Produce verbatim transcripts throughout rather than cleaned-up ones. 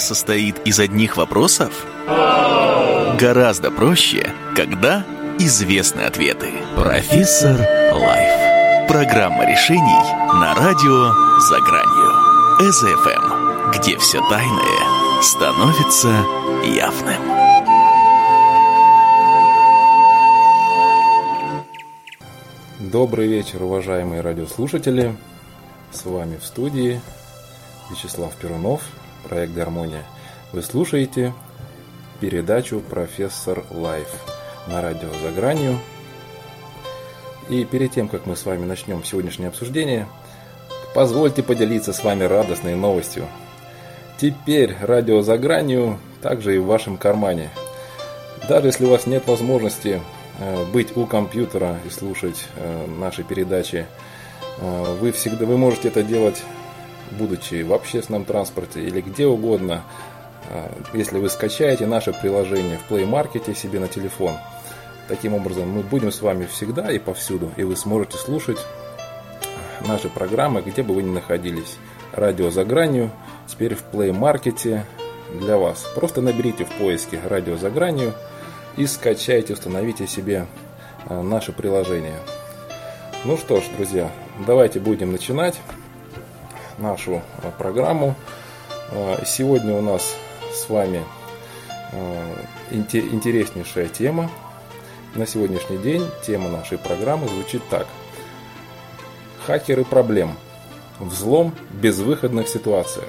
состоит из одних вопросов? Гораздо проще, когда известны ответы. Профессор Лайф. Программа решений на радио «За гранью». эс эф эм, где все тайное становится явным. Добрый вечер, уважаемые радиослушатели. С вами в студии Вячеслав Перунов, проект «Гармония». Вы слушаете передачу «Профессор Лайф» на радио «За гранью». И перед тем, как мы с вами начнем сегодняшнее обсуждение, позвольте поделиться с вами радостной новостью. Теперь радио «За гранью» также и в вашем кармане. Даже если у вас нет возможности быть у компьютера и слушать наши передачи, вы всегда вы можете это делать, будучи в общественном транспорте или где угодно, если вы скачаете наше приложение в Play Market себе на телефон. Таким образом, мы будем с вами всегда и повсюду, и вы сможете слушать наши программы, где бы вы ни находились. Радио «За гранью» теперь в Play Market для вас. Просто наберите в поиске «Радио «За гранью» и скачайте, установите себе наше приложение. Ну что ж, друзья, давайте будем начинать нашу программу. Сегодня у нас с вами интереснейшая тема. На сегодняшний день тема нашей программы звучит так: хакеры проблем. Взлом в безвыходных ситуациях.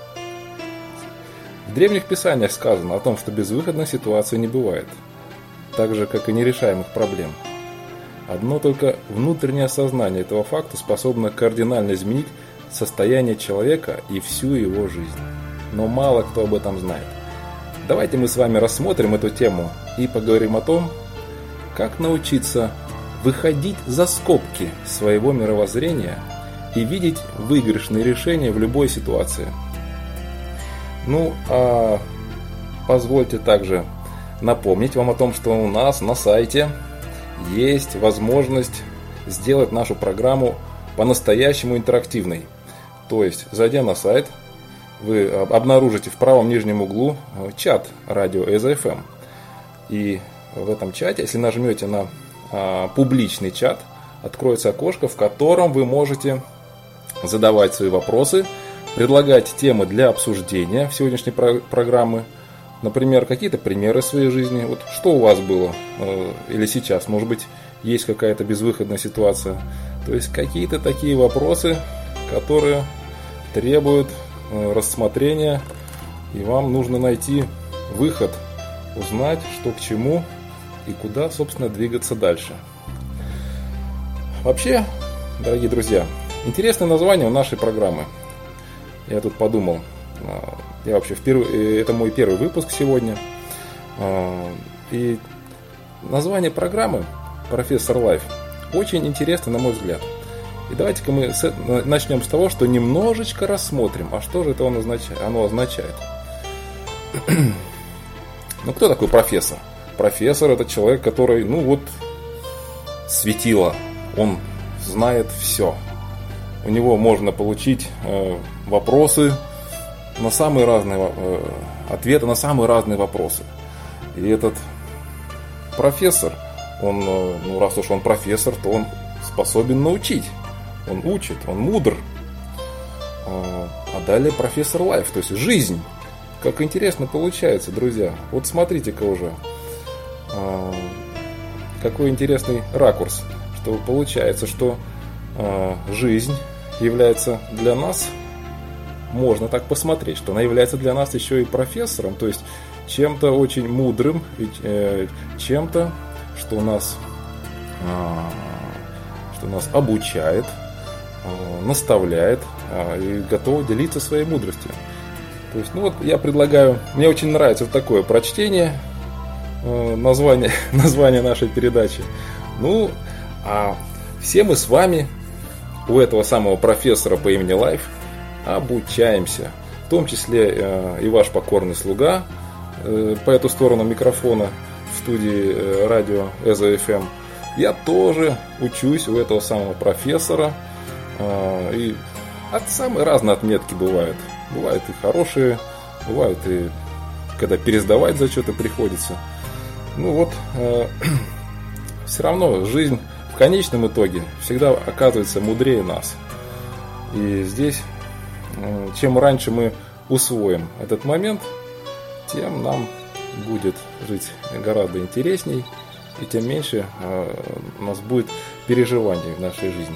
В древних писаниях сказано о том, что безвыходных ситуаций не бывает, так же, как и нерешаемых проблем. Одно только внутреннее осознание этого факта способно кардинально изменить состояние человека и всю его жизнь. Но мало кто об этом знает. Давайте мы с вами рассмотрим эту тему и поговорим о том, как научиться выходить за скобки своего мировоззрения и видеть выигрышные решения в любой ситуации. Ну, а позвольте также напомнить вам о том, что у нас на сайте есть возможность сделать нашу программу по-настоящему интерактивной. То есть, зайдя на сайт, вы обнаружите в правом нижнем углу чат радио эс эф эм. И в этом чате, если нажмете на а, публичный чат, откроется окошко, в котором вы можете задавать свои вопросы, предлагать темы для обсуждения в сегодняшней про- программы. Например, какие-то примеры своей жизни. Вот что у вас было э, или сейчас, может быть, есть какая-то безвыходная ситуация. То есть какие-то такие вопросы, которые требуют э, рассмотрения, и вам нужно найти выход, узнать, что к чему и куда, собственно, двигаться дальше. Вообще, дорогие друзья, интересное название у нашей программы. Я тут подумал, я вообще впервые, это мой первый выпуск сегодня, и название программы «Профессор Лайф» очень интересно, на мой взгляд. И давайте-ка мы начнем с того, что немножечко рассмотрим, а что же это он означает, оно означает. Ну, кто такой профессор? Профессор – это человек, который, ну вот, светило, он знает все. У него можно получить э, вопросы на самые разные э, ответы на самые разные вопросы. И этот профессор, он, э, ну раз уж он профессор, то он способен научить. Он учит, он мудр. Э, а далее профессор Лайф, то есть жизнь. Как интересно получается, друзья. Вот смотрите-ка уже. Э, какой интересный ракурс. Что получается, что э, жизнь является для нас, можно так посмотреть, что она является для нас еще и профессором, то есть чем-то очень мудрым, э, чем-то, что нас, э, что нас обучает, э, наставляет э, и готов делиться своей мудростью. То есть, ну вот я предлагаю, мне очень нравится вот такое прочтение э, названия, названия нашей передачи. Ну, а все мы с вами у этого самого профессора по имени Лайф обучаемся. В том числе э, и ваш покорный слуга э, по эту сторону микрофона в студии э, радио эс эф эм. Я тоже учусь у этого самого профессора. Э, и от самой разной отметки бывают. Бывают и хорошие бывает и когда пересдавать зачеты приходится. Ну вот, э, все равно жизнь в конечном итоге всегда оказывается мудрее нас. И здесь, э, чем раньше мы усвоим этот момент, тем нам будет жить гораздо интересней, и тем меньше э, у нас будет переживаний в нашей жизни.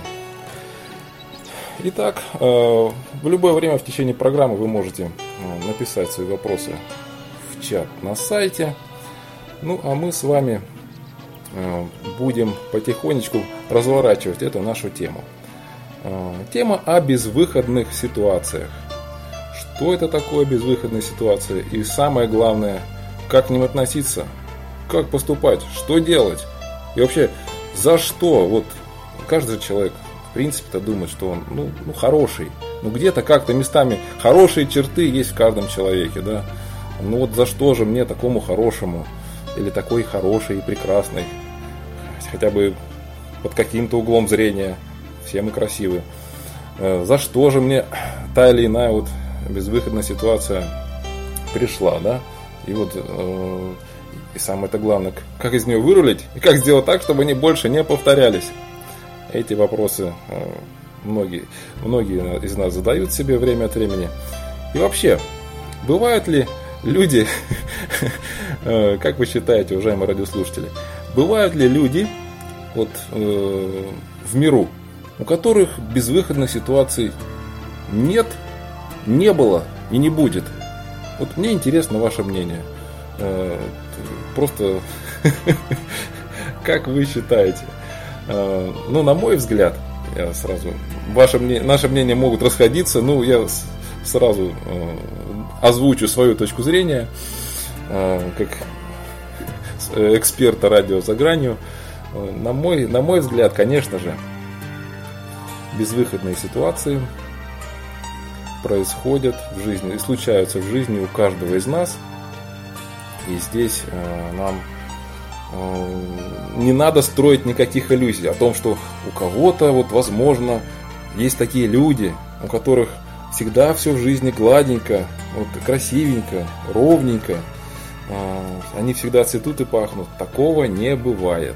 Итак, э, в любое время в течение программы вы можете э, написать свои вопросы в чат на сайте. Ну, а мы с вами э, будем потихонечку разворачивать эту нашу тему. Э, тема о безвыходных ситуациях. Что это такое безвыходная ситуация? И самое главное, как к ним относиться? Как поступать? Что делать? И вообще, за что? Вот каждый человек, в принципе-то, думает, что он ну, ну, хороший. Ну, где-то как-то местами хорошие черты есть в каждом человеке, да? Ну, вот за что же мне такому хорошему? Или такой хороший и прекрасный? Хотя бы под каким-то углом зрения. Все мы красивы. За что же мне та или иная вот безвыходная ситуация пришла, да? И вот, э, и самое-то главное, как из нее вырулить, и как сделать так, чтобы они больше не повторялись. Эти вопросы э, многие, многие из нас задают себе время от времени. И вообще, бывают ли люди, как вы считаете, уважаемые радиослушатели, бывают ли люди вот, э, в миру, у которых безвыходных ситуаций нет, не было и не будет? Вот мне интересно ваше мнение. Просто как вы считаете? Ну, на мой взгляд, я сразу, ваше мнение, наше мнение могут расходиться, ну, я сразу озвучу свою точку зрения, как эксперта радио «За гранью». На мой, на мой взгляд, конечно же, безвыходные ситуации происходят в жизни и случаются в жизни у каждого из нас. И здесь э, нам э, не надо строить никаких иллюзий о том, что у кого-то, вот, возможно, есть такие люди, у которых всегда все в жизни гладенько, вот, красивенько, ровненько. Э, они всегда цветут и пахнут. Такого не бывает.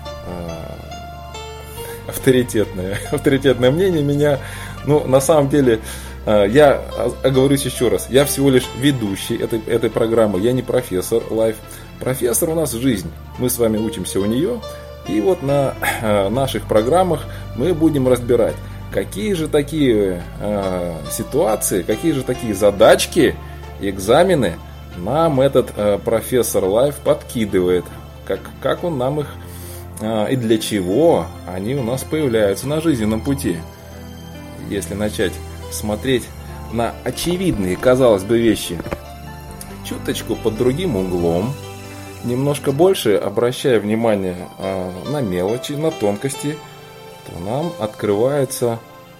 Э, авторитетное, авторитетное мнение меня, ну, на самом деле, я оговорюсь еще раз, я всего лишь ведущий этой, этой программы, я не профессор Life. Профессор у нас жизнь, мы с вами учимся у нее, и вот на наших программах мы будем разбирать, какие же такие э, ситуации, какие же такие задачки, экзамены нам этот э, профессор Life подкидывает, как, как он нам их э, и для чего они у нас появляются на жизненном пути. Если начать смотреть на очевидные, казалось бы, вещи чуточку под другим углом, немножко больше обращая внимание э, на мелочи, на тонкости, то нам открывается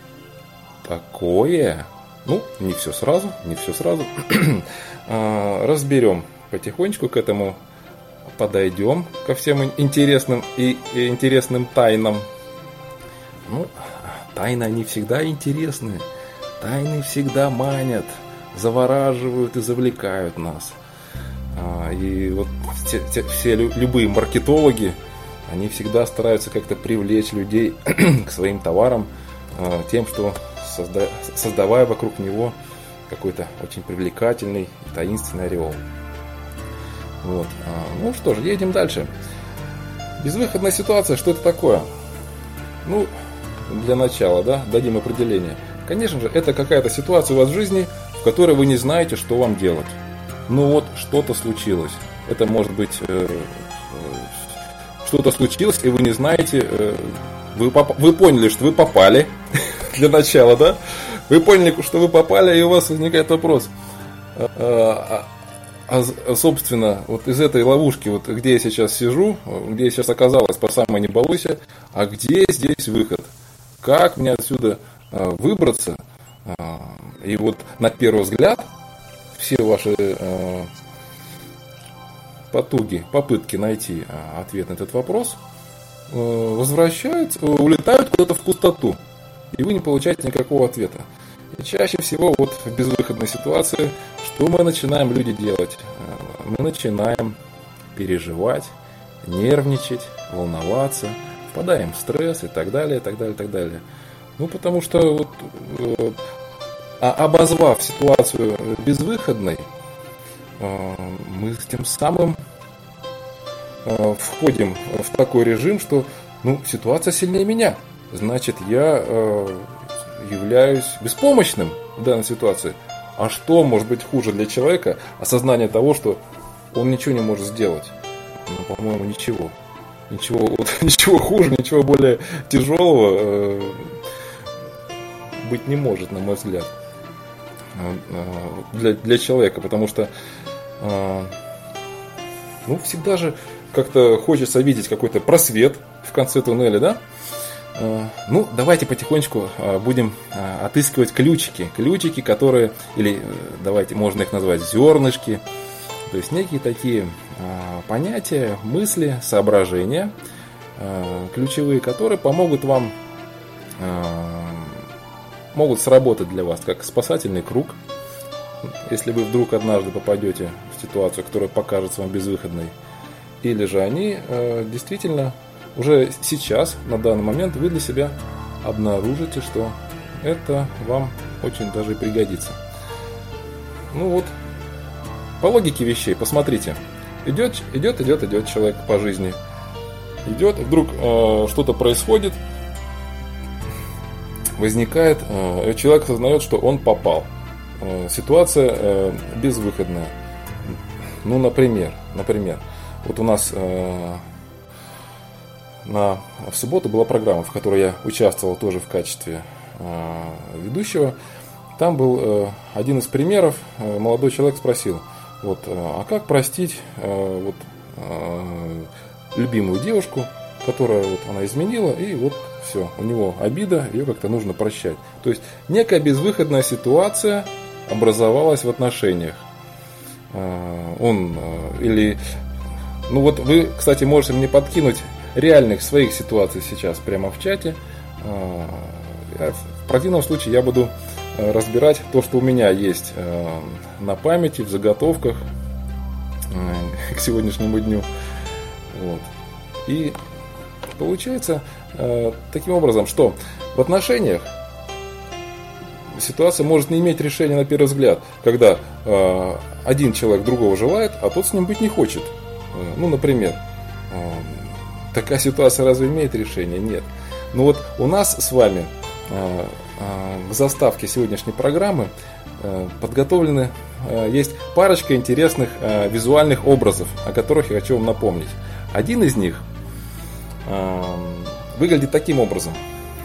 такое, ну, не все сразу, не все сразу, э, разберем потихонечку к этому, подойдем ко всем интересным и, и интересным тайнам. Ну, тайны они всегда интересны. Тайны всегда манят, завораживают и завлекают нас. И вот все, все любые маркетологи, они всегда стараются как-то привлечь людей к своим товарам тем, что созда, создавая вокруг него какой-то очень привлекательный и таинственный ореол. Вот. Ну что ж, едем дальше. Безвыходная ситуация, что это такое? Ну, для начала, да, дадим определение. Конечно же, это какая-то ситуация у вас в жизни, в которой вы не знаете, что вам делать. Ну вот, что-то случилось. Это может быть, э, э, что-то случилось, и вы не знаете, э, вы, поп- вы поняли, что вы попали, для начала, да? Вы поняли, что вы попали, и у вас возникает вопрос. А, а, а, собственно, вот из этой ловушки, вот где я сейчас сижу, где я сейчас оказалась, по самой не балуйся, а где здесь выход? Как мне отсюда выбраться? И вот на первый взгляд все ваши потуги, попытки найти ответ на этот вопрос возвращаются, улетают куда-то в пустоту, и вы не получаете никакого ответа. И чаще всего вот в безвыходной ситуации, что мы начинаем, люди, делать? Мы начинаем переживать, нервничать, волноваться, впадаем в стресс и так далее, и так далее, и так далее. Ну, потому что вот, э, обозвав ситуацию безвыходной, э, мы тем самым э, входим в такой режим, что ну, ситуация сильнее меня. Значит, я э, являюсь беспомощным в данной ситуации. А что может быть хуже для человека? Осознание того, что он ничего не может сделать. Ну, по-моему, ничего. Ничего, вот, ничего хуже, ничего более тяжелого э, быть не может, на мой взгляд, э, для, для человека. Потому что э, ну, всегда же как-то хочется видеть какой-то просвет в конце туннеля, да? Э, ну, давайте потихонечку э, будем э, отыскивать ключики. Ключики, которые, или э, давайте, можно их назвать зернышки. То есть некие такие э, понятия, мысли, соображения, э, ключевые, которые помогут вам, э, могут сработать для вас как спасательный круг. Если вы вдруг однажды попадете в ситуацию, которая покажется вам безвыходной, или же они э, действительно уже сейчас, на данный момент, вы для себя обнаружите, что это вам очень даже пригодится. Ну вот. По логике вещей, посмотрите, идет, идет, идет, идет человек по жизни, идет, вдруг э, что-то происходит, возникает, э, человек осознает, что он попал, э, ситуация э, безвыходная. Ну, например, например, вот у нас э, на, в субботу была программа, в которой я участвовал тоже в качестве э, ведущего. Там был э, один из примеров, э, молодой человек спросил: вот, а как простить э, вот, э, любимую девушку, которая вот, она изменила, и вот все, у него обида, ее как-то нужно прощать. То есть некая безвыходная ситуация образовалась в отношениях. Э, он э, или, ну вот вы, кстати, можете мне подкинуть реальных своих ситуаций сейчас прямо в чате. Э, в противном случае я буду разбирать то, что у меня есть э, на памяти, в заготовках э, к сегодняшнему дню. Вот. И получается э, таким образом, что в отношениях ситуация может не иметь решения на первый взгляд, когда э, один человек другого желает, а тот с ним быть не хочет. Э, ну, например, э, такая ситуация разве имеет решение? Нет. Но вот у нас с вами э, в заставке сегодняшней программы подготовлены, есть парочка интересных визуальных образов, о которых я хочу вам напомнить. Один из них выглядит таким образом.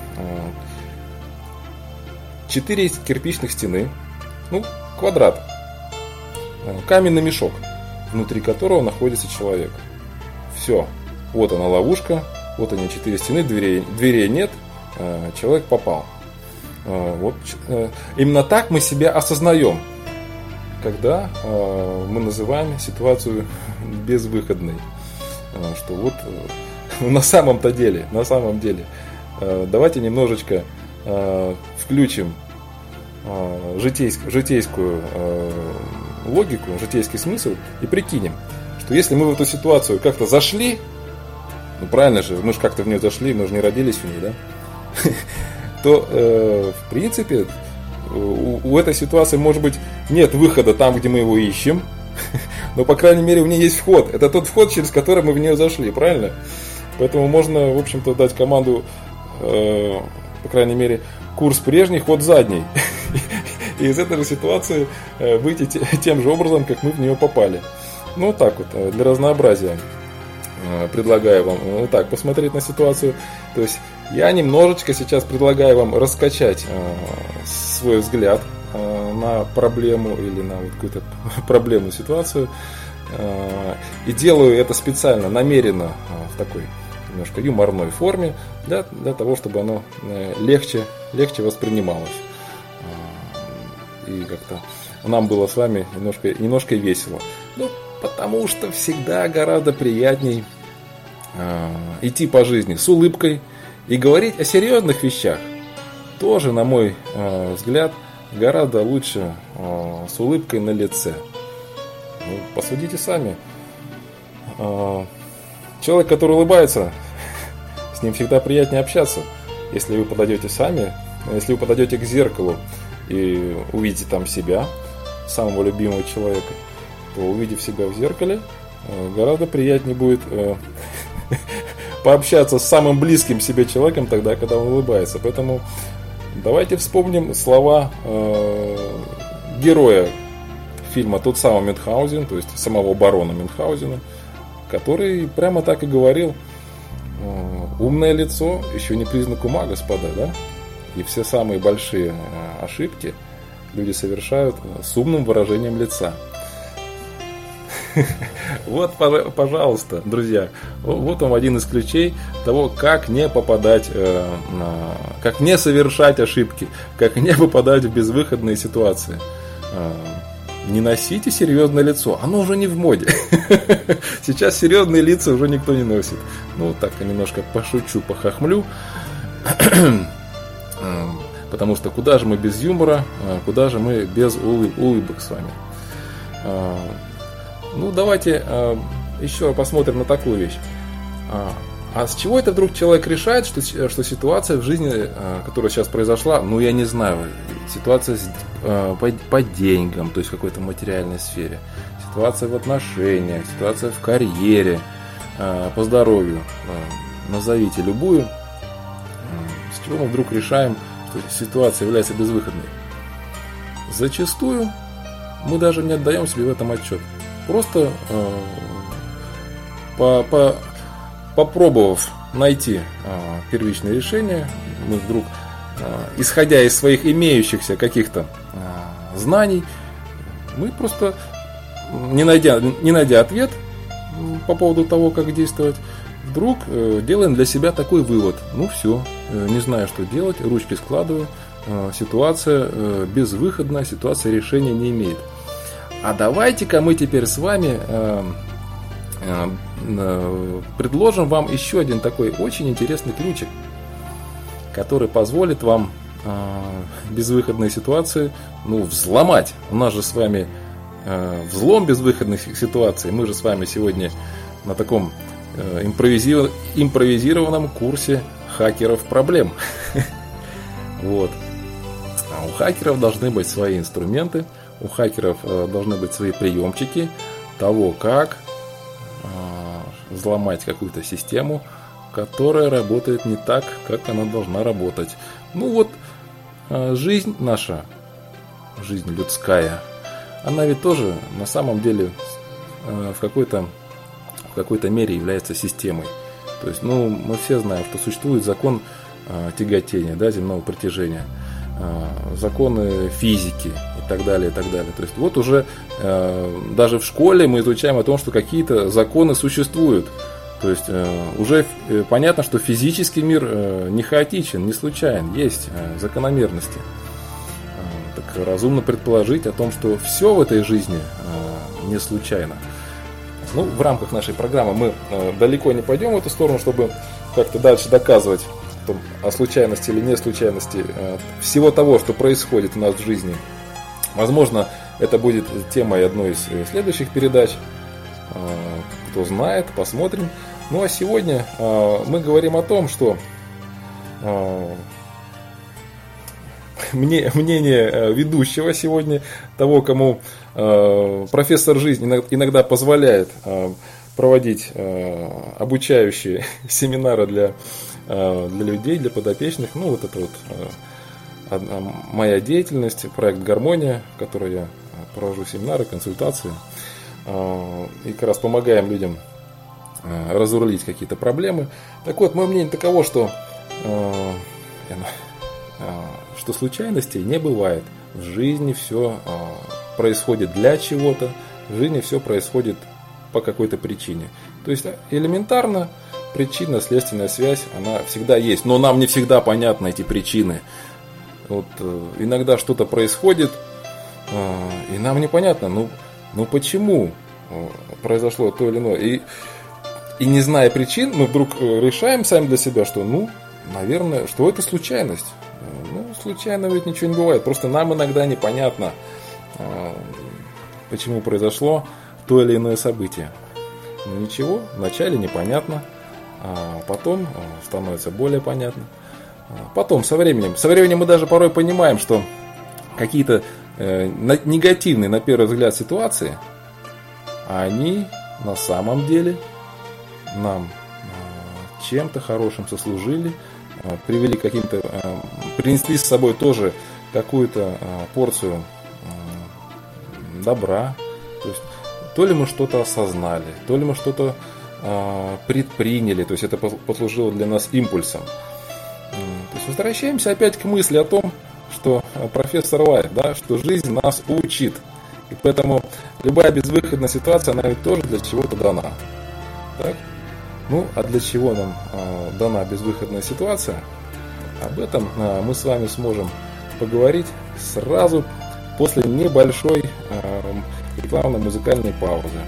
Четыре кирпичных стены, ну, квадрат, каменный мешок, внутри которого находится человек. Все, вот она ловушка, вот они четыре стены, дверей, дверей нет, человек попал. Вот. Именно так мы себя осознаем, когда мы называем ситуацию безвыходной. Что вот на самом-то деле, на самом деле, давайте немножечко включим житейскую, житейскую логику, житейский смысл и прикинем, что если мы в эту ситуацию как-то зашли, ну правильно же, мы же как-то в нее зашли, мы же не родились в ней, да? то, э, в принципе, у, у этой ситуации, может быть, нет выхода там, где мы его ищем, но, по крайней мере, у нее есть вход. Это тот вход, через который мы в нее зашли, правильно? Поэтому можно, в общем-то, дать команду, э, по крайней мере, курс прежний, ход задний. И из этой же ситуации э, выйти тем же образом, как мы в нее попали. Ну, вот так вот, для разнообразия э, предлагаю вам вот так посмотреть на ситуацию. То есть я немножечко сейчас предлагаю вам раскачать э, свой взгляд э, на проблему или на вот какую-то проблемную ситуацию. Э, и делаю это специально, намеренно, э, в такой немножко юморной форме, для, для того, чтобы оно э, легче, легче воспринималось. Э, и как-то нам было с вами немножко, немножко весело. Ну, потому что всегда гораздо приятней э, идти по жизни с улыбкой. И говорить о серьезных вещах тоже, на мой э, взгляд, гораздо лучше э, с улыбкой на лице. Ну, посудите сами. Э, человек, который улыбается, с ним всегда приятнее общаться. Если вы подойдете сами, если вы подойдете к зеркалу и увидите там себя, самого любимого человека, то, увидев себя в зеркале, э, гораздо приятнее будет э, пообщаться с самым близким себе человеком тогда, когда он улыбается. Поэтому давайте вспомним слова э, героя фильма «Тот самый Мюнхгаузен», то есть самого барона Мюнхгаузена, который прямо так и говорил: э, умное лицо еще не признак ума, господа, да? И все самые большие э, ошибки люди совершают с умным выражением лица. Вот, пожалуйста, друзья, вот вам один из ключей того, как не попадать, как не совершать ошибки, как не попадать в безвыходные ситуации. Не носите серьезное лицо, оно уже не в моде. Сейчас серьезные лица уже никто не носит. Ну, так, немножко пошучу, похохмлю. Потому что куда же мы без юмора, куда же мы без улыбок с вами. Ну, давайте э, еще посмотрим на такую вещь. А, а с чего это вдруг человек решает, что, что ситуация в жизни, э, которая сейчас произошла, ну, я не знаю, ситуация с, э, по, по деньгам, то есть в какой-то материальной сфере, ситуация в отношениях, ситуация в карьере, э, по здоровью, э, назовите любую, э, с чего мы вдруг решаем, что ситуация является безвыходной? Зачастую мы даже не отдаем себе в этом отчет. Просто э, по, по, попробовав найти э, первичное решение, мы вдруг, э, исходя из своих имеющихся каких-то э, знаний, мы просто, не найдя, не найдя ответ по поводу того, как действовать, вдруг э, делаем для себя такой вывод: ну все, э, не знаю, что делать, ручки складываю, э, ситуация э, безвыходная, ситуация решения не имеет. А давайте-ка мы теперь с вами э, э, э, предложим вам еще один такой очень интересный ключик, который позволит вам э, безвыходные ситуации, ну, взломать. У нас же с вами э, взлом безвыходных ситуаций. Мы же с вами сегодня на таком э, импровизиров... импровизированном курсе хакеров проблем. Вот. А у хакеров должны быть свои инструменты. У хакеров э, должны быть свои приемчики того, как э, взломать какую-то систему, которая работает не так, как она должна работать. Ну вот, э, жизнь наша, жизнь людская, она ведь тоже на самом деле э, в какой-то, в какой-то мере является системой. То есть, ну, мы все знаем, что существует закон э, тяготения, да, земного притяжения, э, законы физики и так далее, и так далее. То есть вот уже э, даже в школе мы изучаем о том, что какие-то законы существуют. То есть э, уже э, понятно, что физический мир э, не хаотичен, не случайен, есть э, закономерности. Э, так разумно предположить о том, что все в этой жизни э, не случайно. Ну, в рамках нашей программы мы э, далеко не пойдем в эту сторону, чтобы как-то дальше доказывать о, том, о случайности или не случайности э, всего того, что происходит у нас в жизни. Возможно, это будет темой одной из следующих передач. Кто знает, посмотрим. Ну а сегодня мы говорим о том, что мнение ведущего сегодня, того, кому профессор жизни иногда позволяет проводить обучающие семинары для, для людей, для подопечных, ну вот это вот моя деятельность, проект «Гармония», в которой я провожу семинары, консультации. И как раз помогаем людям разрулить какие-то проблемы. Так вот, мое мнение таково, что, что случайностей не бывает. В жизни все происходит для чего-то, в жизни все происходит по какой-то причине. То есть элементарно причинно-следственная связь, она всегда есть. Но нам не всегда понятны эти причины. Вот, э, иногда что-то происходит, э, и нам непонятно, ну, ну почему э, произошло то или иное. И, и не зная причин, мы вдруг э, решаем сами для себя, что, ну, наверное, что это случайность. Э, ну, случайно ведь ничего не бывает. Просто нам иногда непонятно, почему произошло то или иное событие. Но ничего, вначале непонятно, а потом становится более понятно. Потом, со временем, со временем мы даже порой понимаем, что какие-то э, негативные, на первый взгляд, ситуации, они на самом деле нам э, чем-то хорошим сослужили, э, привели к каким-то, э, принесли с собой тоже какую-то э, порцию э, добра. То есть, то ли мы что-то осознали, то ли мы что-то э, предприняли, то есть это послужило для нас импульсом. То есть возвращаемся опять к мысли о том, что профессор Лайф, да, что жизнь нас учит. И поэтому любая безвыходная ситуация, она ведь тоже для чего-то дана. Так? Ну, а для чего нам э, дана безвыходная ситуация? Об этом э, мы с вами сможем поговорить сразу после небольшой э, рекламно-музыкальной паузы.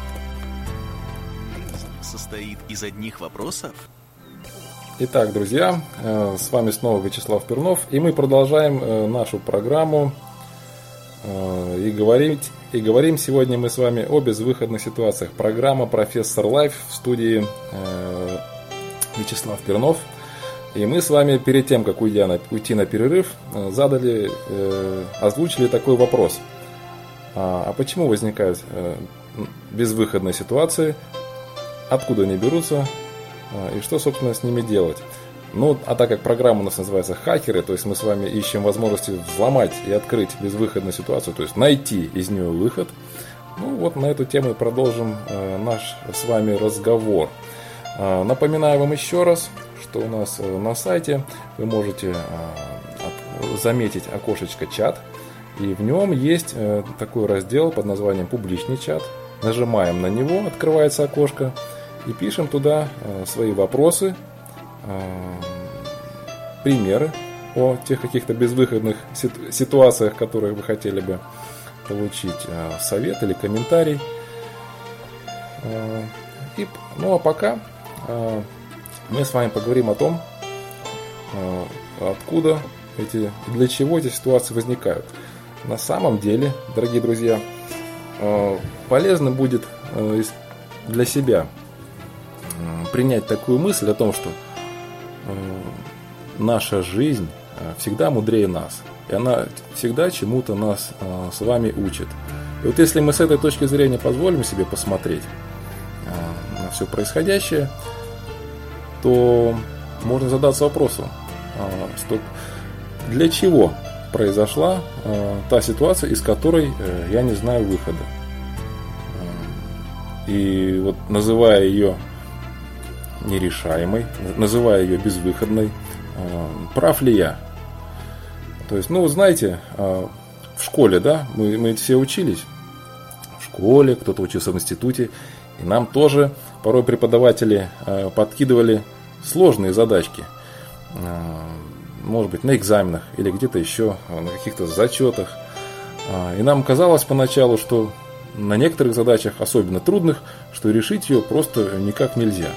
Состоит из одних вопросов? Итак, друзья, с вами снова Вячеслав Пернов, и мы продолжаем нашу программу и говорим, и говорим сегодня мы с вами о безвыходных ситуациях. Программа «Профессор Лайф», в студии Вячеслав Пернов. И мы с вами перед тем, как уйти на, уйти на перерыв, задали, озвучили такой вопрос. А почему возникают безвыходные ситуации, откуда они берутся, и что, собственно, с ними делать? Ну, а так как программа у нас называется «Хакеры», то есть мы с вами ищем возможности взломать и открыть безвыходную ситуацию, то есть найти из нее выход. Ну, вот на эту тему и продолжим э, наш с вами разговор. Э, напоминаю вам еще раз, что у нас э, на сайте вы можете э, от, заметить окошечко «Чат», и в нем есть э, такой раздел под названием «Публичный чат». Нажимаем на него, открывается окошко. И пишем туда э, свои вопросы, э, примеры о тех каких-то безвыходных ситу- ситуациях, которые вы хотели бы получить э, совет или комментарий. Э, и, ну а пока э, мы с вами поговорим о том, э, откуда эти, для чего эти ситуации возникают. На самом деле, дорогие друзья, э, полезно будет э, для себя принять такую мысль о том, что э, наша жизнь всегда мудрее нас. И она всегда чему-то нас э, с вами учит. И вот если мы с этой точки зрения позволим себе посмотреть э, на все происходящее, то можно задаться вопросом, э, что, для чего произошла э, та ситуация, из которой э, я не знаю выхода. Э, и вот называя ее нерешаемой, называя ее безвыходной, прав ли я? То есть, ну, знаете, в школе, да, мы, мы все учились в школе, кто-то учился в институте, и нам тоже порой преподаватели подкидывали сложные задачки, может быть, на экзаменах или где-то еще, на каких-то зачетах. И нам казалось поначалу, что на некоторых задачах, особенно трудных, что решить ее просто никак нельзя.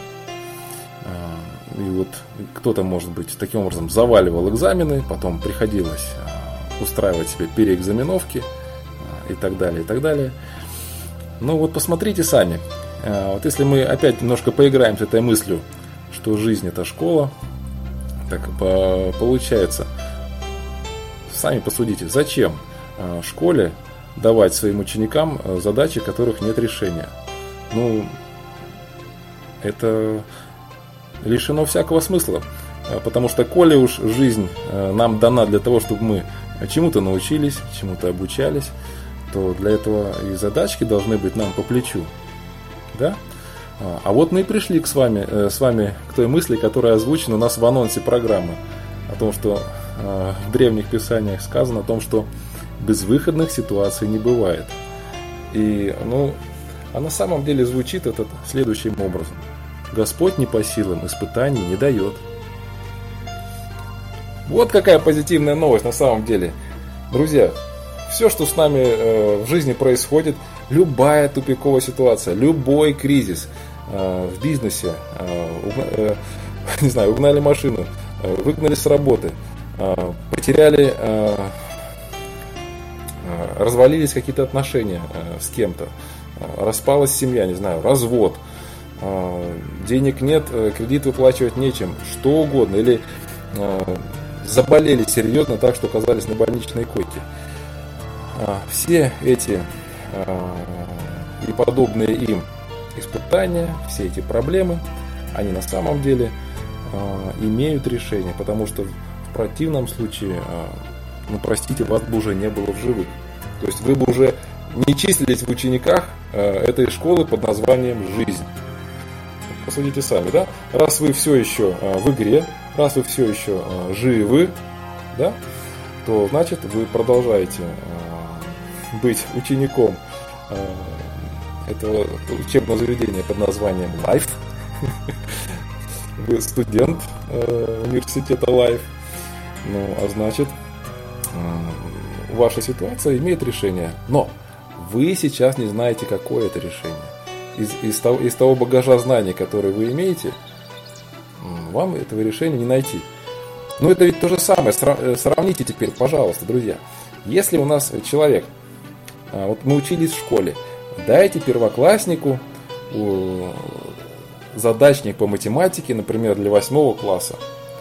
И вот кто-то, может быть, таким образом заваливал экзамены, потом приходилось устраивать себе переэкзаменовки и так далее, и так далее. Ну вот посмотрите сами. Вот если мы опять немножко поиграем с этой мыслью, что жизнь это школа, так получается, сами посудите, зачем в школе давать своим ученикам задачи, которых нет решения? Ну, это лишено всякого смысла, потому что коли уж жизнь нам дана для того, чтобы мы чему-то научились, чему-то обучались, то для этого и задачки должны быть нам по плечу, да? А вот мы и пришли к с вами, с вами к той мысли, которая озвучена у нас в анонсе программы, о том, что в древних писаниях сказано о том, что безвыходных ситуаций не бывает. И, ну, а на самом деле звучит это следующим образом: Господь не по силам испытаний не дает. Вот какая позитивная новость на самом деле. Друзья, все, что с нами э, в жизни происходит, любая тупиковая ситуация, любой кризис э, в бизнесе, э, угна, э, не знаю, угнали машину, э, выгнали с работы, потеряли, развалились какие-то отношения с кем-то, распалась семья, не знаю, развод, денег нет, кредит выплачивать нечем, что угодно, или заболели серьезно так, что оказались на больничной койке. Все эти и подобные им испытания, все эти проблемы, они на самом деле имеют решение, потому что в противном случае, ну простите, вас бы уже не было в живых. То есть вы бы уже не числились в учениках этой школы под названием «Жизнь». Посудите сами, да? Раз вы все еще в игре, раз вы все еще живы, да, то значит вы продолжаете быть учеником этого учебного заведения под названием Life. Вы студент университета Life. Ну, а значит, ваша ситуация имеет решение. Но вы сейчас не знаете, какое это решение. Из, из, того, из того багажа знаний, который вы имеете, вам этого решения не найти. Но это ведь то же самое. Сравните теперь, пожалуйста, друзья. Если у нас человек, вот мы учились в школе, дайте первокласснику задачник по математике, например, для восьмого класса,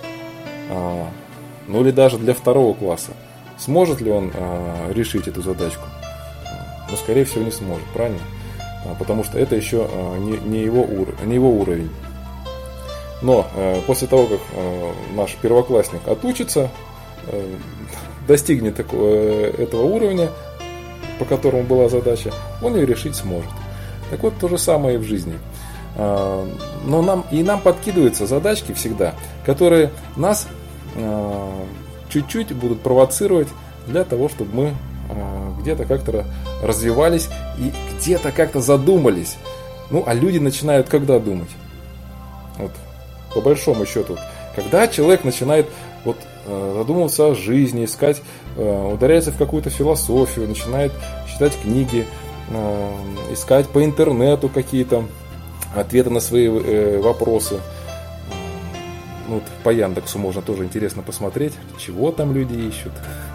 ну или даже для второго класса. Сможет ли он решить эту задачку? Ну, скорее всего, не сможет, правильно? Потому что это еще не, не, его, ур, не его уровень. Но после того, как наш первоклассник отучится, достигнет такого, этого уровня, по которому была задача, он ее решить сможет. Так вот, то же самое и в жизни. Но нам, и нам подкидываются задачки всегда, которые нас чуть-чуть будут провоцировать для того, чтобы мы где-то как-то развивались и где-то как-то задумались. Ну, а люди начинают когда думать? Вот, по большому счету, когда человек начинает вот, задумываться о жизни, искать, ударяется в какую-то философию, начинает читать книги, искать по интернету какие-то ответы на свои вопросы. Ну, вот по Яндексу можно тоже интересно посмотреть, чего там люди ищут.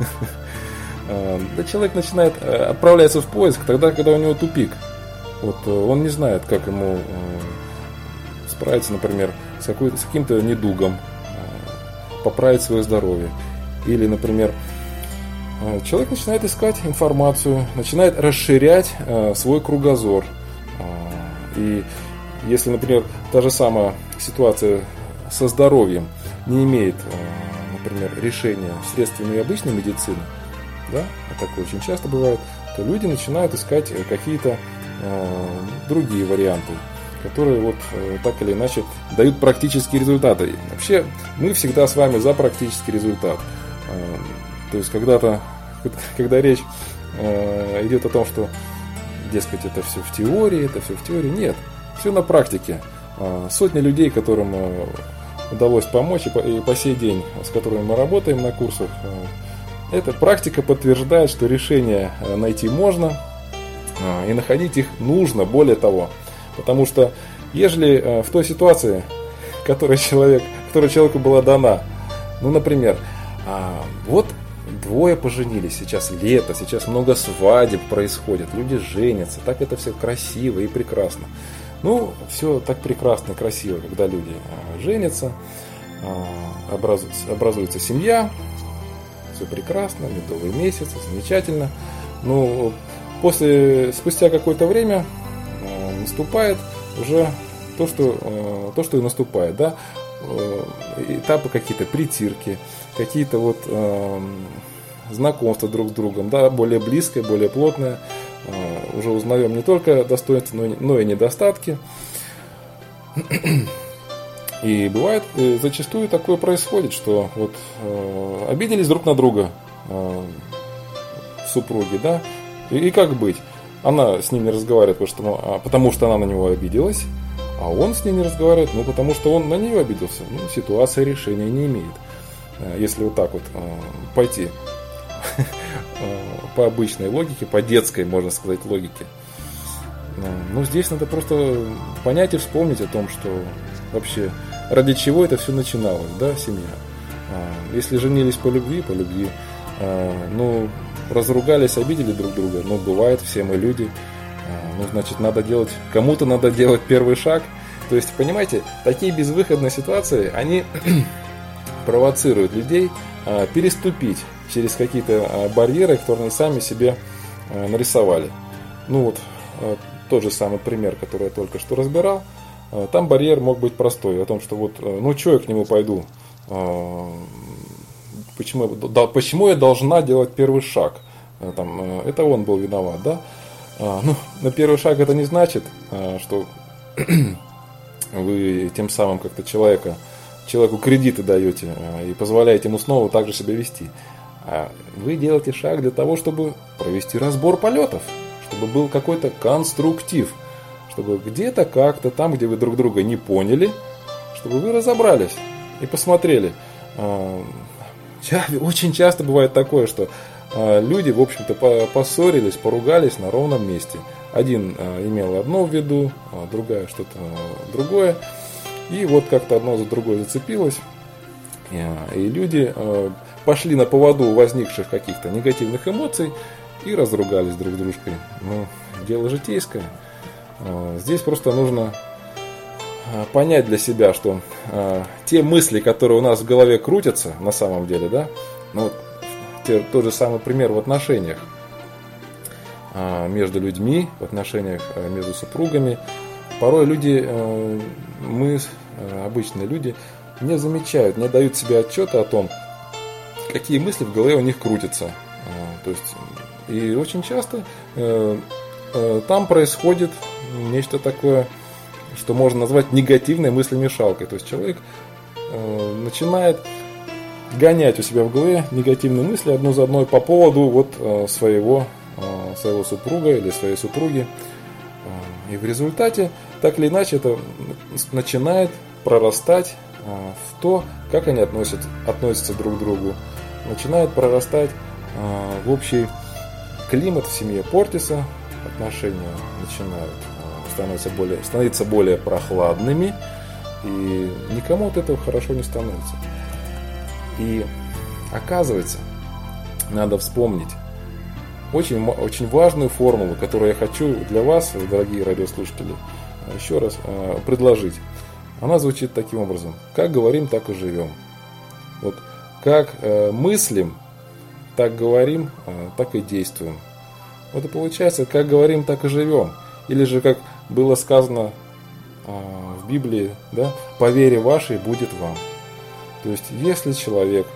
Да, человек начинает отправляться в поиск тогда, когда у него тупик. Вот он не знает, как ему справиться, например, с, с каким-то недугом, поправить свое здоровье. Или, например, человек начинает искать информацию, начинает расширять свой кругозор. И если, например, та же самая ситуация со здоровьем не имеет, например, решения средствами обычной медицины, да, а такое очень часто бывает, то люди начинают искать какие-то э, другие варианты, которые вот э, так или иначе дают практические результаты. Вообще, мы всегда с вами за практический результат. Э, то есть, когда-то, когда речь э, идет о том, что, дескать, это все в теории, это все в теории, нет, все на практике. Э, сотни людей, которым э, удалось помочь, и по, и по сей день, с которыми мы работаем на курсах, э, эта практика подтверждает, что решения найти можно и находить их нужно, более того. Потому что, ежели в той ситуации, которая, человек, которая человеку была дана, ну, например, вот двое поженились, сейчас лето, сейчас много свадеб происходит, люди женятся, так это все красиво и прекрасно. Ну, все так прекрасно и красиво, когда люди женятся, образуется, образуется семья, все прекрасно, медовый месяц, замечательно. Но после, спустя какое-то время э, наступает уже то, что, э, то, что и наступает, да? Э, этапы какие-то, притирки, какие-то вот э, знакомства друг с другом, да, более близкое, более плотное. Э, уже узнаем не только достоинства, но, но и недостатки. И бывает, зачастую такое происходит, что вот э, обиделись друг на друга э, супруги, да, и, и как быть? Она с ним не разговаривает, потому что, ну, потому что она на него обиделась, а он с ней не разговаривает, ну, потому что он на нее обиделся. Ну, ситуация решения не имеет. Если вот так вот э, пойти по обычной логике, по детской, можно сказать, логике, ну, здесь надо просто понять и вспомнить о том, что вообще ради чего это все начиналось, да, семья. Если женились по любви, по любви. Ну, разругались, обидели друг друга. Ну, бывает, все мы люди. Ну, значит, надо делать, кому-то надо делать первый шаг. То есть, понимаете, такие безвыходные ситуации, они провоцируют людей переступить через какие-то барьеры, которые они сами себе нарисовали. Ну вот, тот же самый пример, который я только что разбирал. Там барьер мог быть простой, о том, что вот, ну что я к нему пойду? Почему, да, почему я должна делать первый шаг? Там, это он был виноват, да? Ну, на первый шаг это не значит, что вы тем самым как-то человека, человеку кредиты даете и позволяете ему снова так же себя вести. А вы делаете шаг для того, чтобы провести разбор полетов, чтобы был какой-то конструктив, чтобы где-то как-то, там, где вы друг друга не поняли, чтобы вы разобрались и посмотрели. Очень часто бывает такое, что люди, в общем-то, поссорились, поругались на ровном месте. Один имел одно в виду, другая что-то другое. И вот как-то одно за другое зацепилось. И люди пошли на поводу возникших каких-то негативных эмоций и разругались друг с дружкой. Ну, дело житейское. Здесь просто нужно понять для себя, что те мысли, которые у нас в голове крутятся, на самом деле, да, ну, вот, те, тот же самый пример в отношениях между людьми, в отношениях между супругами. Порой люди, мы, обычные люди, не замечают, не дают себе отчета о том, какие мысли в голове у них крутятся. То есть, и очень часто там происходит нечто такое, что можно назвать негативной мыслемешалкой. То есть человек начинает гонять у себя в голове негативные мысли одну за одной по поводу вот своего, своего супруга или своей супруги. И в результате, так или иначе, это начинает прорастать в то, как они относятся, относятся друг к другу. Начинает прорастать в общий климат в семье, портится, отношения начинают становиться более, становиться более прохладными, и никому от этого хорошо не становится. И оказывается, надо вспомнить очень, очень важную формулу, которую я хочу для вас, дорогие радиослушатели, еще раз предложить. Она звучит таким образом: как говорим, так и живем. Вот как мыслим, так говорим, так и действуем. Вот и получается, как говорим, так и живем. Или же, как было сказано в Библии, да, по вере вашей будет вам. То есть, если человек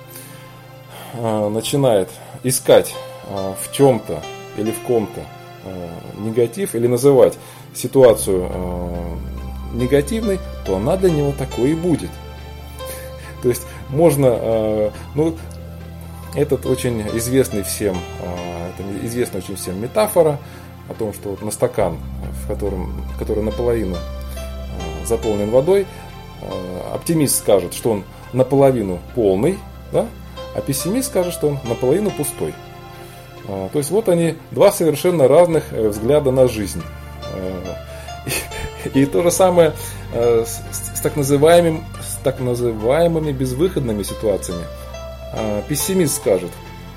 начинает искать в чем-то или в ком-то негатив, или называть ситуацию негативной, то она для него такой и будет. То есть можно, ну, этот очень известный всем, это известная очень всем метафора о том, что вот на стакан, в котором, который наполовину заполнен водой, оптимист скажет, что он наполовину полный, да? А пессимист скажет, что он наполовину пустой. То есть вот они, два совершенно разных взгляда на жизнь. И, и то же самое с, с, так называемым, с так называемыми безвыходными ситуациями. Пессимист скажет: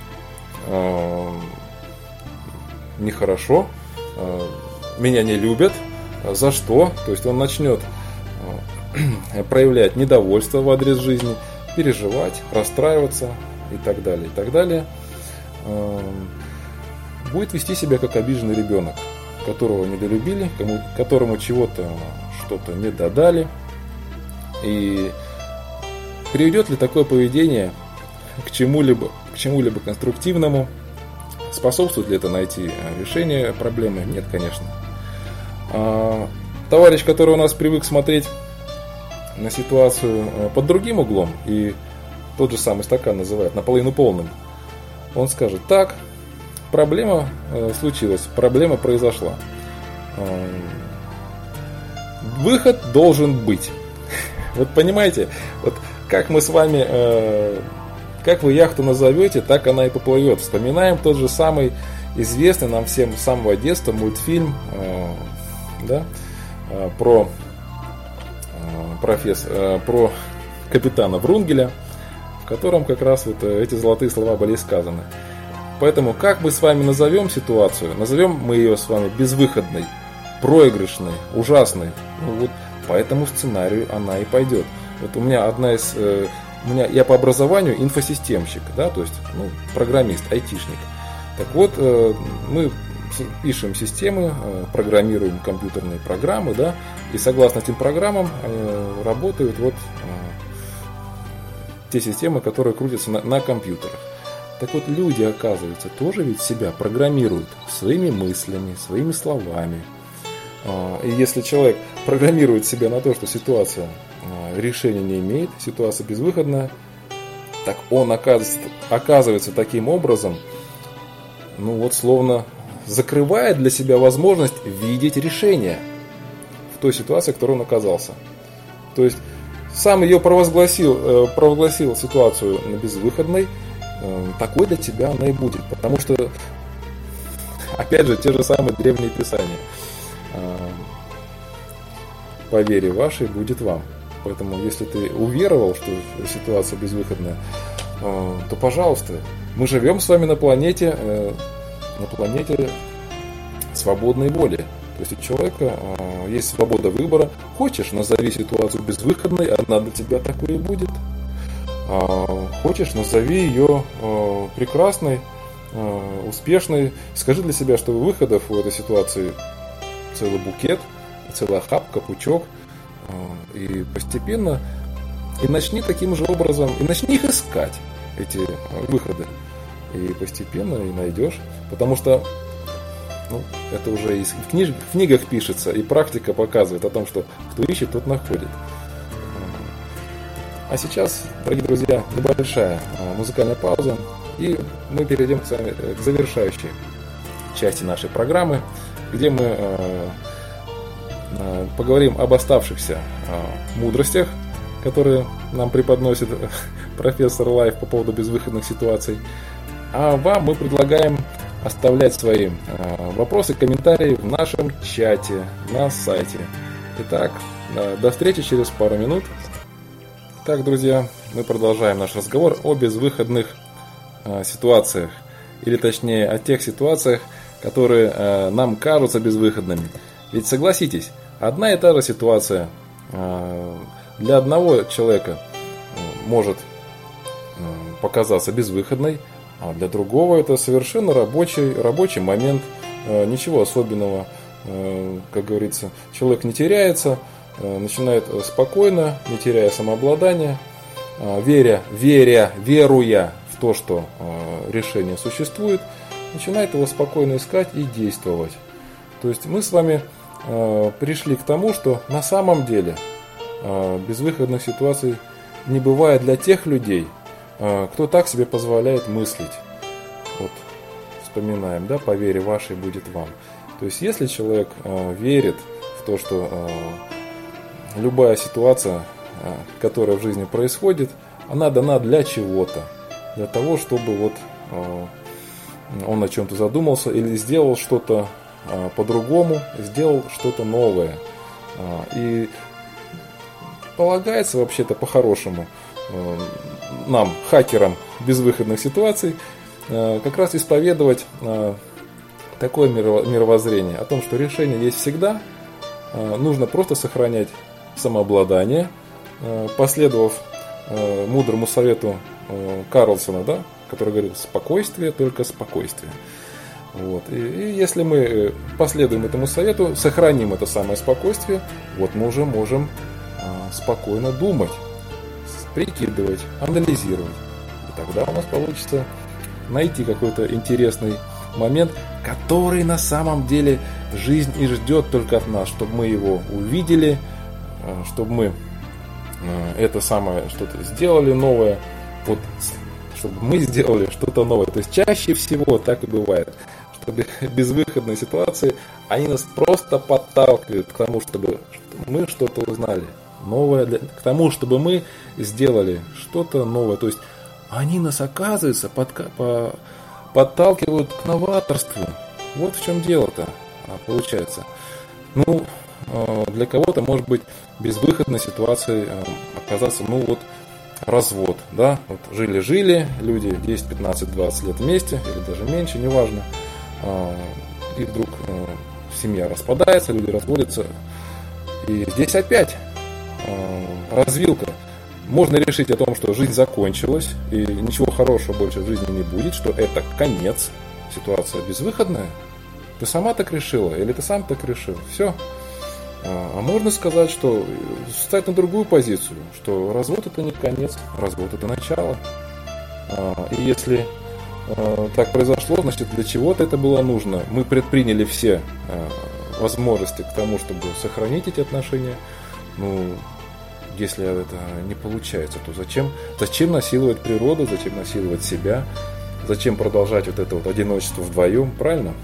нехорошо, меня не любят, за что? То есть он начнет проявлять недовольство в адрес жизни, переживать, расстраиваться и так далее, и так далее. Будет вести себя как обиженный ребенок, которого недолюбили, кому, которому чего-то, что-то не додали. И приведет ли такое поведение к чему-либо, к чему-либо конструктивному? Способствует ли это найти решение проблемы? Нет, конечно. А товарищ, который у нас привык смотреть на ситуацию под другим углом, и тот же самый стакан называет наполовину полным, он скажет: так, проблема случилась, проблема произошла. Выход должен быть. Вот понимаете, вот как мы с вами, как вы яхту назовете, так она и поплывет. Вспоминаем тот же самый известный нам всем с самого детства мультфильм, да, про профессора, про капитана Врунгеля, в котором как раз вот эти золотые слова были сказаны. Поэтому как мы с вами назовем ситуацию, назовем мы ее с вами безвыходной, проигрышной, ужасной, ну вот по этому сценарию она и пойдет. Вот у меня одна из, э, у меня, я по образованию инфосистемщик, да, то есть ну, программист, айтишник. Так вот, э, мы пишем системы, э, программируем компьютерные программы, да, и согласно этим программам э, работают вот э, те системы, которые крутятся на, на компьютерах. Так вот, люди, оказывается, тоже ведь себя программируют своими мыслями, своими словами. И если человек программирует себя на то, что ситуация решения не имеет, ситуация безвыходная, так он оказывается, оказывается таким образом, ну вот словно закрывает для себя возможность видеть решение в той ситуации, в которой он оказался. То есть сам ее провозгласил, провозгласил ситуацию безвыходной, такой для тебя она и будет. Потому что, опять же, те же самые древние писания. По вере вашей будет вам. Поэтому, если ты уверовал, что ситуация безвыходная, то, пожалуйста, мы живем с вами на планете, на планете свободной воли. То есть у человека есть свобода выбора. Хочешь, назови ситуацию безвыходной, она для тебя такой и будет. Хочешь, назови ее прекрасной, успешной. Скажи для себя, что выходов в этой ситуации целый букет, целая охапка, пучок. И постепенно и начни таким же образом, и начни их искать, эти выходы. И постепенно и найдешь. Потому что ну, это уже и в, книж, в книгах пишется, и практика показывает о том, что кто ищет, тот находит. А сейчас, дорогие друзья, небольшая музыкальная пауза, и мы перейдем с вами к завершающей части нашей программы, где мы поговорим об оставшихся мудростях, которые нам преподносит профессор Лайф по поводу безвыходных ситуаций. А вам мы предлагаем оставлять свои вопросы, комментарии в нашем чате на сайте. Итак, до встречи через пару минут. Так, друзья, мы продолжаем наш разговор о безвыходных э, ситуациях, или точнее о тех ситуациях, которые э, нам кажутся безвыходными. Ведь согласитесь, одна и та же ситуация э, для одного человека э, может э, показаться безвыходной, а для другого это совершенно рабочий, рабочий момент, э, ничего особенного, э, как говорится, человек не теряется, начинает спокойно, не теряя самообладания, веря, веря, веруя в то, что решение существует, начинает его спокойно искать и действовать. То есть мы с вами пришли к тому, что на самом деле безвыходных ситуаций не бывает для тех людей, кто так себе позволяет мыслить. Вот вспоминаем, да, по вере вашей будет вам. То есть если человек верит в то, что любая ситуация, которая в жизни происходит, она дана для чего-то. Для того, чтобы вот он о чем-то задумался или сделал что-то по-другому, сделал что-то новое. И полагается вообще-то по-хорошему нам, хакерам безвыходных ситуаций, как раз исповедовать такое мировоззрение о том, что решение есть всегда, нужно просто сохранять самообладание, последовав мудрому совету Карлсона, да, который говорит: спокойствие, только спокойствие. Вот. И, и если мы последуем этому совету, сохраним это самое спокойствие, вот мы уже можем спокойно думать, прикидывать, анализировать. И тогда у нас получится найти какой-то интересный момент, который на самом деле жизнь и ждет только от нас, чтобы мы его увидели, чтобы мы это самое что-то сделали новое, вот, чтобы мы сделали что-то новое. То есть чаще всего так и бывает, что безвыходные ситуации, они нас просто подталкивают к тому, чтобы мы что-то узнали новое, для, к тому, чтобы мы сделали что-то новое. То есть они нас, оказывается, подка, по, подталкивают к новаторству. Вот в чем дело-то получается. Ну, для кого-то может быть безвыходной ситуацией оказаться, ну вот, развод, да, вот жили-жили люди десять, пятнадцать, двадцать лет вместе, или даже меньше, неважно, и вдруг семья распадается, люди разводятся, и здесь опять развилка. Можно решить о том, что жизнь закончилась, и ничего хорошего больше в жизни не будет, что это конец, ситуация безвыходная. Ты сама так решила, или ты сам так решил, все. А можно сказать, что встать на другую позицию, что развод это не конец, развод это начало. И если так произошло, значит для чего-то это было нужно. Мы предприняли все возможности к тому, чтобы сохранить эти отношения. Ну, если это не получается, то зачем, зачем насиловать природу, зачем насиловать себя, зачем продолжать вот это вот одиночество вдвоем, правильно?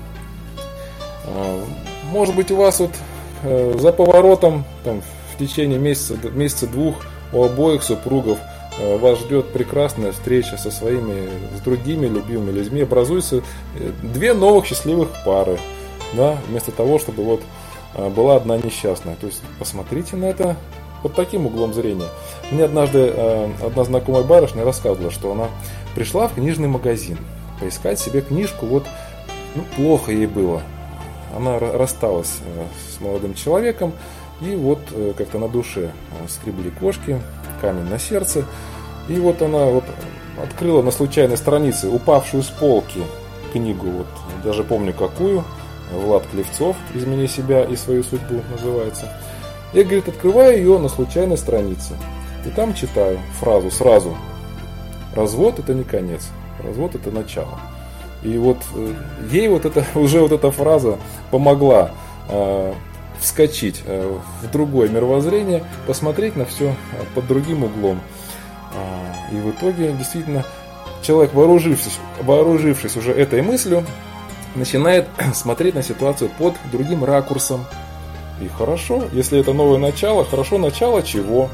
Может быть, у вас вот за поворотом там, в течение месяца, месяца двух у обоих супругов вас ждет прекрасная встреча со своими, с другими любимыми людьми, образуются две новых счастливых пары, да, вместо того, чтобы вот была одна несчастная. То есть посмотрите на это под таким углом зрения. Мне однажды э, одна знакомая барышня рассказывала, что она пришла в книжный магазин поискать себе книжку, вот ну, плохо ей было. Она рассталась э, с молодым человеком, и вот э, как-то на душе э, скребли кошки, камень на сердце. И вот она вот открыла на случайной странице упавшую с полки книгу, вот даже помню какую, Влад Клевцов «Измени себя и свою судьбу» называется. Я, говорит, открываю ее на случайной странице. И там читаю фразу сразу. Развод это не конец. Развод это начало. И вот ей вот это, уже вот эта фраза помогла э, вскочить э, в другое мировоззрение, посмотреть на все под другим углом. Э, и в итоге действительно человек, вооружившись, вооружившись уже этой мыслью, начинает смотреть на ситуацию под другим ракурсом. И хорошо, если это новое начало, хорошо начало чего?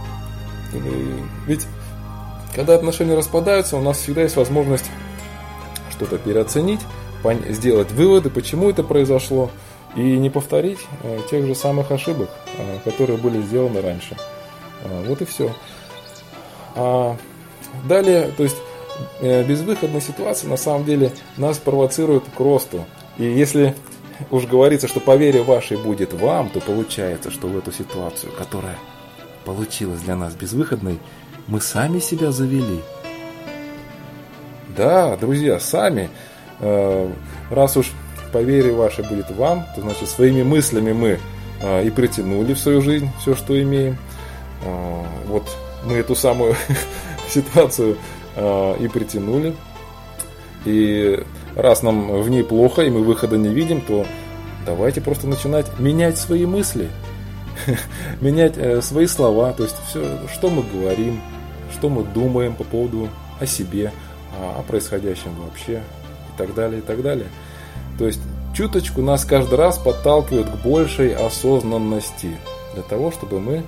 Ведь когда отношения распадаются, у нас всегда есть возможность что-то переоценить, сделать выводы, почему это произошло, и не повторить тех же самых ошибок, которые были сделаны раньше. Вот и все. А далее, то есть безвыходная ситуация на самом деле нас провоцирует к росту. И если уж говорится, что по вере вашей будет вам, то получается, что в эту ситуацию, которая получилась для нас безвыходной, мы сами себя завели. Да, друзья, сами. Раз уж по вере вашей будет вам, то значит своими мыслями мы и притянули в свою жизнь все, что имеем. Вот мы эту самую ситуацию и притянули. И раз нам в ней плохо, и мы выхода не видим, то давайте просто начинать менять свои мысли, менять свои слова, то есть все, что мы говорим, что мы думаем по поводу о себе, о происходящем вообще, и так далее, и так далее. То есть чуточку нас каждый раз подталкивают к большей осознанности, для того, чтобы мы,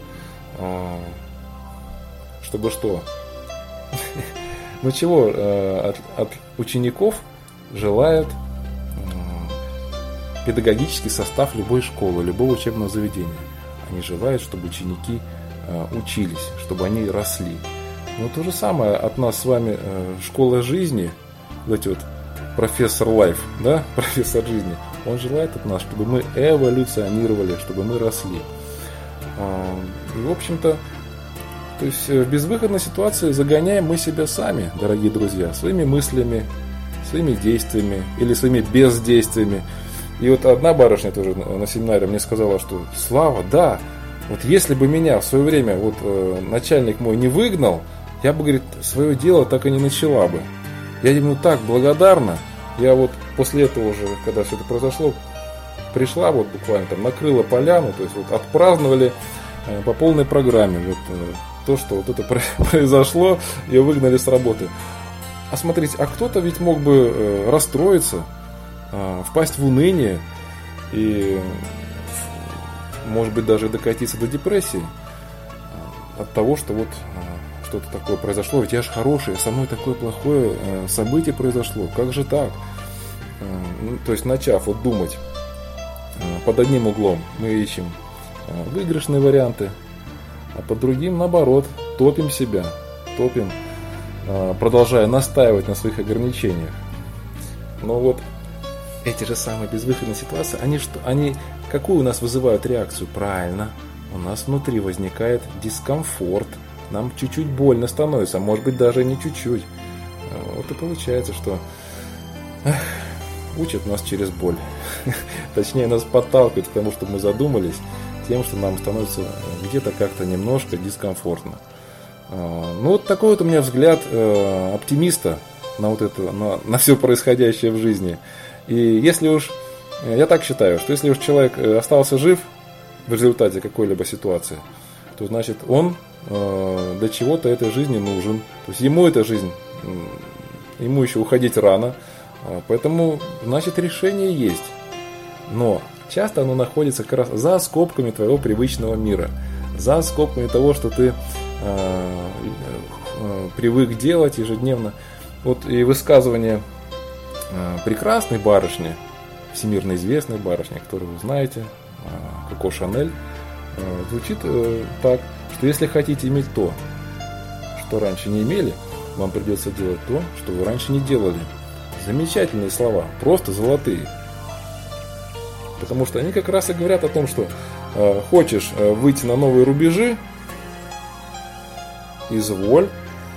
чтобы что? Ну чего от, от учеников желает педагогический состав любой школы, любого учебного заведения? Они желают, чтобы ученики учились, чтобы они росли. Но то же самое от нас с вами школа жизни, вот эти вот профессор Лайф, да, профессор жизни, он желает от нас, чтобы мы эволюционировали, чтобы мы росли. И в общем-то, то есть в безвыходной ситуации загоняем мы себя сами, дорогие друзья, своими мыслями, своими действиями или своими бездействиями. И вот одна барышня тоже на семинаре мне сказала, что Слава, да, вот если бы меня в свое время вот э, начальник мой не выгнал, я бы, говорит, свое дело так и не начала бы. Я ему так благодарна. Я вот после этого уже, когда все это произошло, пришла вот буквально там, накрыла поляну, то есть вот отпраздновали э, по полной программе. Вот, э, то, что вот это произошло, ее выгнали с работы. А смотрите, а кто-то ведь мог бы э, расстроиться, э, впасть в уныние и, может быть, даже докатиться до депрессии э, от того, что вот э, что-то такое произошло. Ведь я же хороший, со мной такое плохое э, событие произошло. Как же так? Э, ну, то есть, начав вот думать э, под одним углом, мы ищем э, выигрышные варианты, а под другим, наоборот, топим себя. топим, продолжая настаивать на своих ограничениях. Но вот эти же самые безвыходные ситуации, они, что, они какую у нас вызывают реакцию? Правильно, у нас внутри возникает дискомфорт, нам чуть-чуть больно становится, а может быть даже не чуть-чуть. Вот и получается, что эх, учат нас через боль. Точнее, нас подталкивают к тому, чтобы мы задумались тем, что нам становится где-то как-то немножко дискомфортно. Ну вот такой вот у меня взгляд оптимиста на вот это, на, на все происходящее в жизни. И если уж, я так считаю, что если уж человек остался жив в результате какой-либо ситуации, то значит он э, для чего-то этой жизни нужен. То есть ему эта жизнь, ему еще уходить рано, поэтому значит решение есть. Но часто оно находится как раз за скобками твоего привычного мира, за скобками того, что ты э, э, привык делать ежедневно. Вот и высказывание э, прекрасной барышни, всемирно известной барышни, которую вы знаете, э, Коко Шанель, э, звучит э, так, что если хотите иметь то, что раньше не имели, вам придется делать то, что вы раньше не делали. Замечательные слова, просто золотые. Потому что они как раз и говорят о том, что э, хочешь э, выйти на новые рубежи, изволь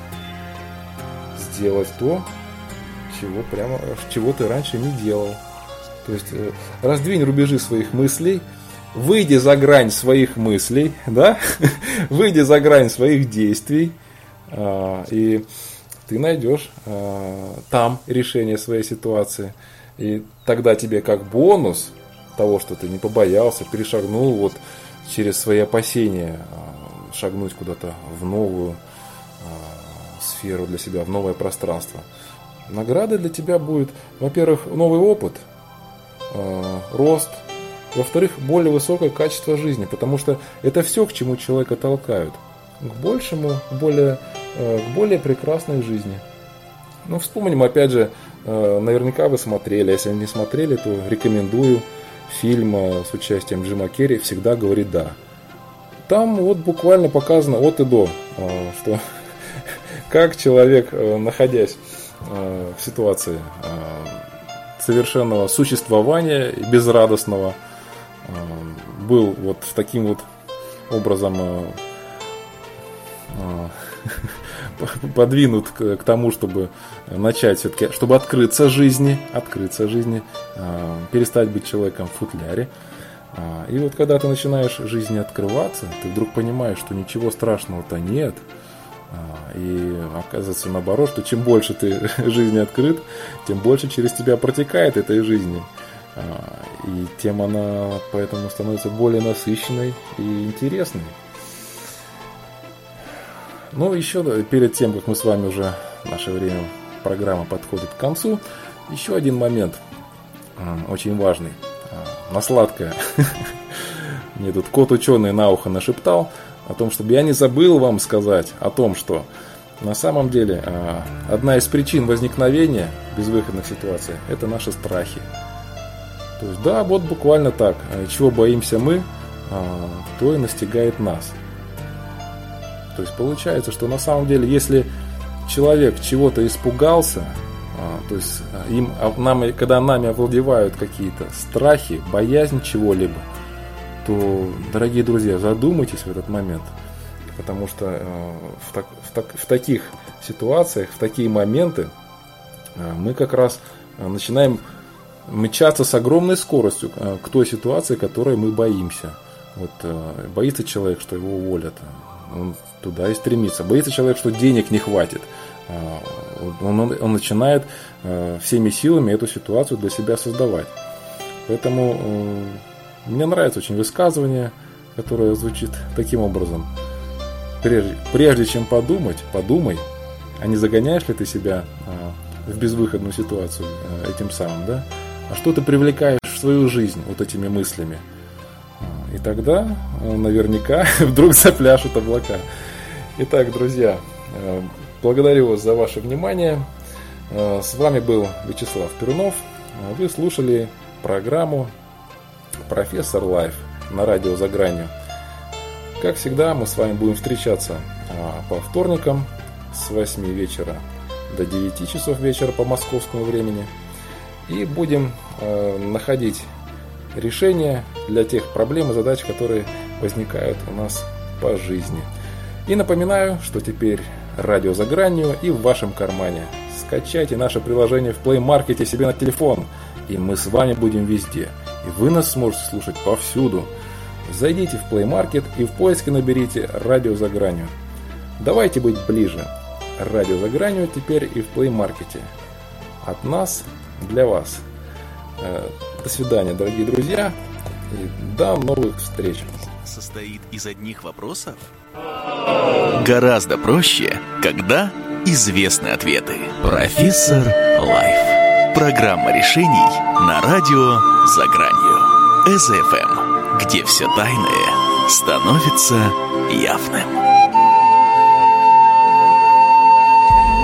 сделать то, чего, прямо, чего ты раньше не делал. То есть э, раздвинь рубежи своих мыслей, выйди за грань своих мыслей, да? выйди за грань своих действий, э, и ты найдешь э, там решение своей ситуации. И тогда тебе как бонус того, что ты не побоялся, перешагнул вот через свои опасения, э, шагнуть куда-то в новую э, сферу для себя, в новое пространство. Наградой для тебя будет, во-первых, новый опыт, э, рост, во-вторых, более высокое качество жизни, потому что это все, к чему человека толкают. К большему, более, э, к более прекрасной жизни. Ну, вспомним, опять же, э, наверняка вы смотрели, если не смотрели, то рекомендую фильм э, с участием Джима Керри «Всегда говорит да». Там вот буквально показано от и до, э, что как человек, э, находясь э, в ситуации э, совершенного существования, безрадостного, э, был вот таким вот образом э, подвинут к, к тому, чтобы начать все-таки, чтобы открыться жизни, открыться жизни, э, перестать быть человеком в футляре. Э, и вот когда ты начинаешь жизни открываться, ты вдруг понимаешь, что ничего страшного-то нет. Э, и оказывается наоборот, что чем больше ты жизни открыт, тем больше через тебя протекает этой жизни. Э, и тем она поэтому становится более насыщенной и интересной. Ну, еще перед тем, как мы с вами уже, наше время, программа подходит к концу, еще один момент, очень важный, на сладкое. Мне тут кот-ученый на ухо нашептал о том, чтобы я не забыл вам сказать о том, что на самом деле одна из причин возникновения безвыходных ситуаций – это наши страхи. То есть, да, вот буквально так, чего боимся мы, то и настигает нас. То есть получается, что на самом деле, если человек чего-то испугался, то есть им, нам, когда нами овладевают какие-то страхи, боязнь чего-либо, то, дорогие друзья, задумайтесь в этот момент. Потому что в, так, в, так, в таких ситуациях, в такие моменты мы как раз начинаем мчаться с огромной скоростью к той ситуации, которой мы боимся. Вот, боится человек, что его уволят, он туда и стремится. Боится человек, что денег не хватит. Он, он, он начинает всеми силами эту ситуацию для себя создавать. Поэтому мне нравится очень высказывание, которое звучит таким образом. Прежде, прежде чем подумать, подумай, а не загоняешь ли ты себя в безвыходную ситуацию этим самым, да? А что ты привлекаешь в свою жизнь вот этими мыслями? И тогда наверняка вдруг запляшут облака. Итак, друзья, благодарю вас за ваше внимание. С вами был Вячеслав Перунов. Вы слушали программу «Профессор Лайф» на радио «За гранью». Как всегда, мы с вами будем встречаться по вторникам с восьми вечера до девяти часов вечера по московскому времени. И будем э, находить решения для тех проблем и задач, которые возникают у нас по жизни. И напоминаю, что теперь радио «За гранью» и в вашем кармане. Скачайте наше приложение в Play Market себе на телефон, и мы с вами будем везде. И вы нас сможете слушать повсюду. Зайдите в Play Market и в поиске наберите «Радио «За гранью». Давайте быть ближе. «Радио «За гранью» теперь и в Play Market. От нас для вас. До свидания, дорогие друзья, и до новых встреч. Состоит из одних вопросов? Гораздо проще, когда известны ответы. Профессор Лайф. Программа решений на радио «За гранью». эс эф эм, где все тайное становится явным.